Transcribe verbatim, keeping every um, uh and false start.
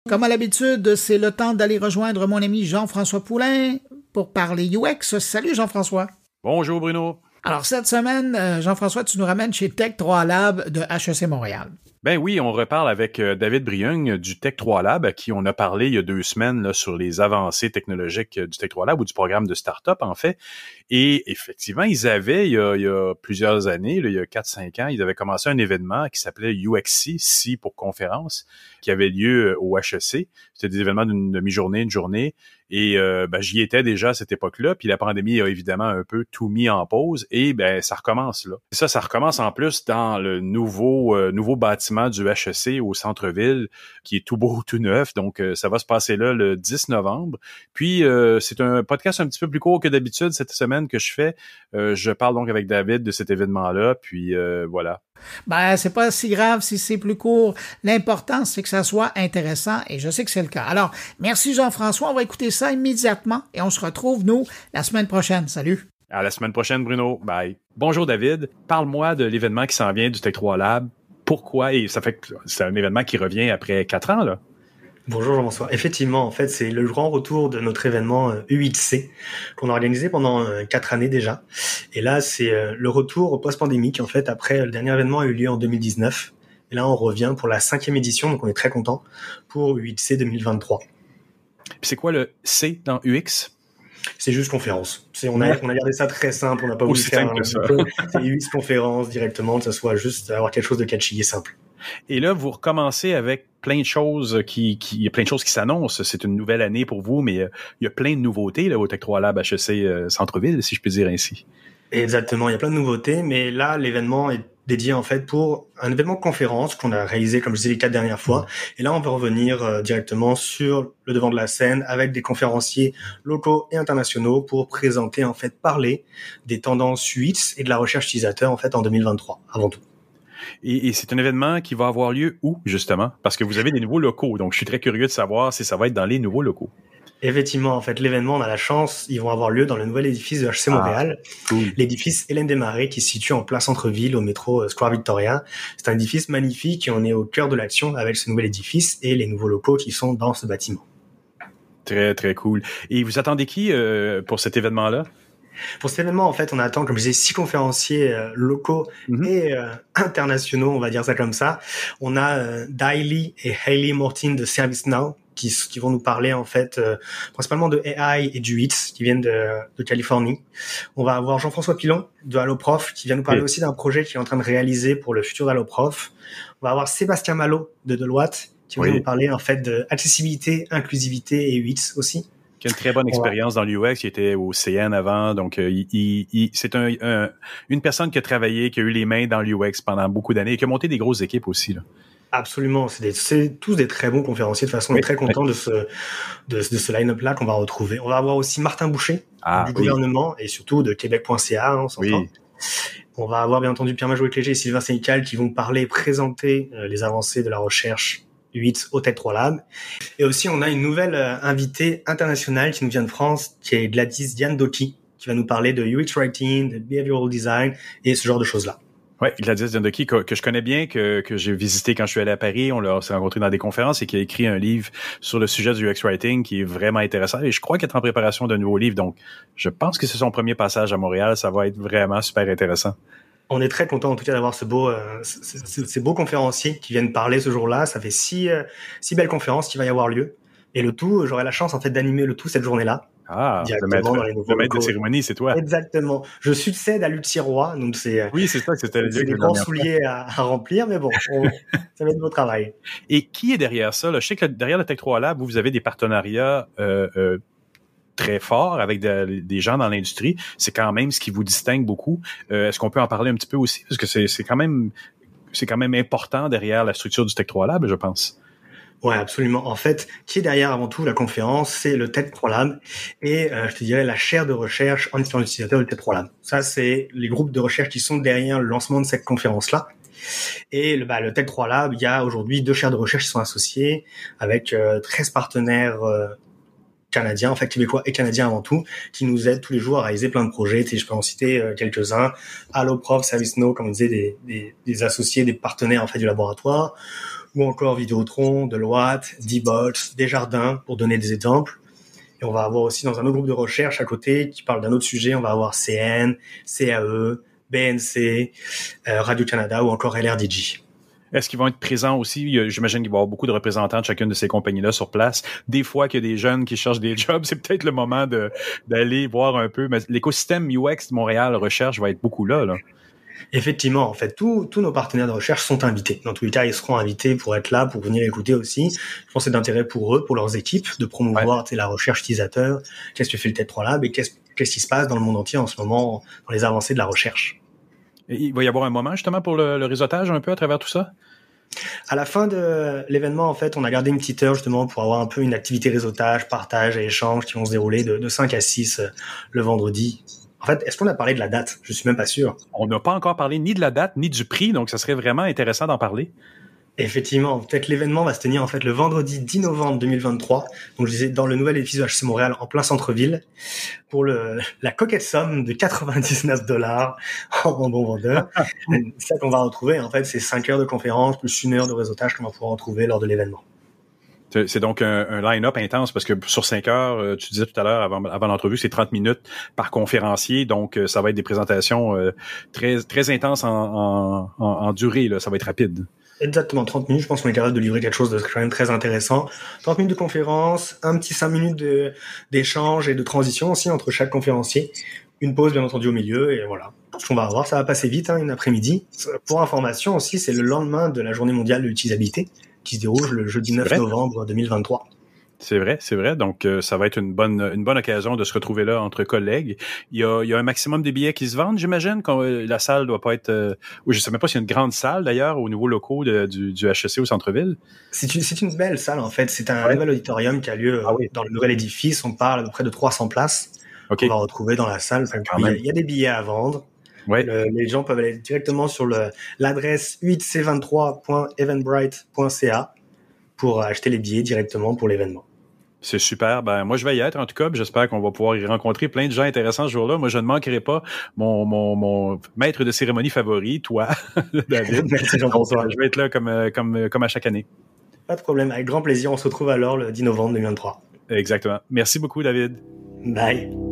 Comme à l'habitude, c'est le temps d'aller rejoindre mon ami Jean-François Poulain pour parler U X. Salut Jean-François. Bonjour Bruno. Alors cette semaine, Jean-François, tu nous ramènes chez Tech trois Lab de H E C Montréal. Ben oui, on reparle avec David Briogne du Tech trois Lab, à qui on a parlé il y a deux semaines là, sur les avancées technologiques du Tech trois Lab ou du programme de start-up en fait. Et effectivement, ils avaient, il y a, il y a plusieurs années, là, il y a quatre cinq ans, ils avaient commencé un événement qui s'appelait U X C, C pour conférence, qui avait lieu au H E C. C'était des événements d'une demi-journée, une journée. Et euh, ben, j'y étais déjà à cette époque-là, puis la pandémie a évidemment un peu tout mis en pause, et ben ça recommence là. Et ça, ça recommence en plus dans le nouveau euh, nouveau bâtiment du H E C au centre-ville, qui est tout beau, tout neuf, donc euh, ça va se passer là le dix novembre. Puis euh, c'est un podcast un petit peu plus court que d'habitude cette semaine que je fais. Euh, je parle donc avec David de cet événement-là, puis euh, voilà. Ben, c'est pas si grave si c'est plus court. L'important, c'est que ça soit intéressant et je sais que c'est le cas. Alors, merci Jean-François. On va écouter ça immédiatement et on se retrouve, nous, la semaine prochaine. Salut. À la semaine prochaine, Bruno. Bye. Bonjour, David. Parle-moi de l'événement qui s'en vient du Tech trois Lab. Pourquoi? Et ça fait que c'est un événement qui revient après quatre ans, là. Bonjour Jean-François. Effectivement, en fait, c'est le grand retour de notre événement U X C qu'on a organisé pendant quatre années déjà. Et là, c'est le retour post-pandémique, en fait, après le dernier événement a eu lieu en deux mille dix-neuf. Et là, on revient pour la cinquième édition, donc on est très content pour U X C deux mille vingt-trois. Puis c'est quoi le C dans U X? C'est juste conférence. C'est, on, a, on a gardé ça très simple, on n'a pas voulu faire un peu. C'est U X conférence directement, que ce soit juste avoir quelque chose de catchy et simple. Et là, vous recommencez avec plein de choses qui, qui, il y a plein de choses qui s'annoncent. C'est une nouvelle année pour vous, mais euh, il y a plein de nouveautés là, au Tech trois Lab H E C euh, Centre-Ville, si je peux dire ainsi. Exactement, il y a plein de nouveautés, mais là, l'événement est dédié en fait pour un événement de conférence qu'on a réalisé, comme je disais, les quatre dernières fois. Et là, on va revenir euh, directement sur le devant de la scène avec des conférenciers locaux et internationaux pour présenter, en fait, parler des tendances U X et de la recherche utilisateur, en fait, en deux mille vingt-trois, avant tout. Et, et c'est un événement qui va avoir lieu où, justement? Parce que vous avez des nouveaux locaux, donc je suis très curieux de savoir si ça va être dans les nouveaux locaux. Effectivement, en fait, l'événement, on a la chance, ils vont avoir lieu dans le nouvel édifice de H E C Montréal, ah, cool. L'édifice Hélène Desmarais, qui se situe en plein centre-ville, au métro Square Victoria. C'est un édifice magnifique et on est au cœur de l'action avec ce nouvel édifice et les nouveaux locaux qui sont dans ce bâtiment. Très, très cool. Et vous attendez qui euh, pour cet événement-là? Pour cet événement, en fait, on attend, comme je disais, six conférenciers euh, locaux mm-hmm. et euh, internationaux, on va dire ça comme ça. On a euh, Daily et Hayley Mortin de ServiceNow qui, qui vont nous parler, en fait, euh, principalement de A I et du U X, qui viennent de, de Californie. On va avoir Jean-François Pilon de Alloprof, qui vient nous parler oui. aussi d'un projet qu'il est en train de réaliser pour le futur d'Alloprof. On va avoir Sébastien Malo de Deloitte, qui oui. va nous parler, en fait, d'accessibilité, inclusivité et U X aussi. Qui a une très bonne expérience ouais. dans l'U X, qui était au C N avant, donc euh, il, il, il, c'est un, un, une personne qui a travaillé, qui a eu les mains dans l'U X pendant beaucoup d'années et qui a monté des grosses équipes aussi, là. Absolument, c'est, des, c'est tous des très bons conférenciers. De toute façon, oui. on est très content de ce, de, de ce line-up-là qu'on va retrouver. On va avoir aussi Martin Boucher ah, du oui. gouvernement et surtout de Québec point C A, hein, on s'entend. Oui. On va avoir bien entendu Pierre-Major Cléger et Sylvain Sénical qui vont parler et présenter euh, les avancées de la recherche U X au Tech trois Lab. Et aussi, on a une nouvelle euh, invitée internationale qui nous vient de France, qui est Gladys Diane Doki, qui va nous parler de U X Writing, de Behavioral Design et ce genre de choses-là. Oui, Gladys Diane Doki, que, que je connais bien, que, que j'ai visité quand je suis allé à Paris. On l'a s'est rencontré dans des conférences et qui a écrit un livre sur le sujet du U X Writing qui est vraiment intéressant. Et je crois qu'elle est en préparation d'un nouveau livre. Donc, je pense que c'est son premier passage à Montréal. Ça va être vraiment super intéressant. On est très content en tout cas d'avoir ce beau, euh, ce, ces beaux conférenciers qui viennent parler ce jour-là. Ça fait six, euh, six belles conférences qui va y avoir lieu. Et le tout, j'aurai la chance en fait d'animer le tout cette journée-là. Ah, le maître, dans les le maître de cérémonie, c'est toi. Exactement. Je succède à Lucie Roy, donc c'est. Oui, c'est ça que c'était. C'est des grands souliers à, à remplir, mais bon, on, ça va être beau travail. Et qui est derrière ça là? Je sais que derrière le Tech trois Lab, vous, vous avez des partenariats. Euh, euh, très fort avec de, des gens dans l'industrie. C'est quand même ce qui vous distingue beaucoup. Euh, est-ce qu'on peut en parler un petit peu aussi? Parce que c'est, c'est quand même, c'est quand même important derrière la structure du Tech trois Lab, je pense. Ouais, absolument. En fait, qui est derrière avant tout la conférence, c'est le Tech trois Lab et euh, je te dirais la chaire de recherche en expérience utilisateur du Tech trois Lab. Ça, c'est les groupes de recherche qui sont derrière le lancement de cette conférence-là. Et le, bah, le Tech trois Lab, il y a aujourd'hui deux chaires de recherche qui sont associées avec euh, treize partenaires euh, canadiens, en fait québécois et canadiens avant tout, qui nous aident tous les jours à réaliser plein de projets. Tu sais, je peux en citer euh, quelques-uns. Alloprof, ServiceNow, comme on disait, des, des, des associés, des partenaires en fait du laboratoire. ou encore Vidéotron, Deloitte, D-Bots, Desjardins, pour donner des exemples. Et on va avoir aussi dans un autre groupe de recherche à côté qui parle d'un autre sujet, on va avoir C N, C A E, B N C, euh, Radio-Canada ou encore L R D G. Est-ce qu'ils vont être présents aussi? J'imagine qu'il va y avoir beaucoup de représentants de chacune de ces compagnies-là sur place. Des fois qu'il y a des jeunes qui cherchent des jobs, c'est peut-être le moment de d'aller voir un peu. Mais l'écosystème U X de Montréal Recherche va être beaucoup là, là. Effectivement, en fait, tous tous nos partenaires de recherche sont invités. Dans tous les cas, ils seront invités pour être là, pour venir écouter aussi. Je pense que c'est d'intérêt pour eux, pour leurs équipes, de promouvoir ouais. la recherche utilisateur. Qu'est-ce que fait le Tech trois Lab et qu'est-ce, qu'est-ce qui se passe dans le monde entier en ce moment dans les avancées de la recherche. Et il va y avoir un moment justement pour le, le réseautage un peu à travers tout ça? À la fin de l'événement, en fait, on a gardé une petite heure justement pour avoir un peu une activité réseautage, partage et échange qui vont se dérouler de, de cinq à six le vendredi. En fait, est-ce qu'on a parlé de la date? Je suis même pas sûr. On n'a pas encore parlé ni de la date, ni du prix, donc ça serait vraiment intéressant d'en parler. Effectivement, peut-être l'événement va se tenir en fait le vendredi dix novembre deux mille vingt-trois. Donc je disais dans le nouvel édifice de H E C Montréal en plein centre-ville pour le la coquette somme de quatre-vingt-dix-neuf dollars en bon vendeur. C'est ça qu'on va retrouver en fait, c'est cinq heures de conférence plus une heure de réseautage qu'on va pouvoir retrouver lors de l'événement. C'est donc un, un line-up intense parce que sur cinq heures, tu disais tout à l'heure avant, avant l'entrevue, c'est trente minutes par conférencier, donc ça va être des présentations très très intenses en, en, en, en durée, là. Ça va être rapide. Exactement, trente minutes, je pense qu'on est capable de livrer quelque chose de quand même très intéressant. trente minutes de conférence, un petit cinq minutes de, d'échange et de transition aussi entre chaque conférencier. Une pause, bien entendu, au milieu, et voilà. Ce qu'on va avoir, ça va passer vite, hein, une après-midi. Pour information aussi, c'est le lendemain de la journée mondiale de l'utilisabilité, qui se déroule le jeudi neuf novembre deux mille vingt-trois. C'est vrai, c'est vrai. Donc, euh, ça va être une bonne une bonne occasion de se retrouver là entre collègues. Il y a, il y a un maximum de billets qui se vendent, j'imagine. Quand, euh, la salle doit pas être... Euh, ou je sais même pas s'il y a une grande salle, d'ailleurs, au niveau locaux de, du, du H E C au centre-ville. C'est une, c'est une belle salle, en fait. C'est un ouais. nouvel auditorium qui a lieu ah, oui. dans le nouvel édifice. On parle à peu près de trois cents places okay. qu'on va retrouver dans la salle. Enfin, il, y a, il y a des billets à vendre. Ouais. Le, les gens peuvent aller directement sur le, l'adresse huit c vingt-trois point eventbrite point c a pour acheter les billets directement pour l'événement. C'est super. Ben, moi, je vais y être, en tout cas. J'espère qu'on va pouvoir y rencontrer plein de gens intéressants ce jour-là. Moi, je ne manquerai pas mon, mon, mon maître de cérémonie favori, toi, David. Merci, Jean-François. Je vais être là comme, comme, comme à chaque année. Pas de problème. Avec grand plaisir. On se retrouve alors le dix novembre deux mille vingt-trois. Exactement. Merci beaucoup, David. Bye.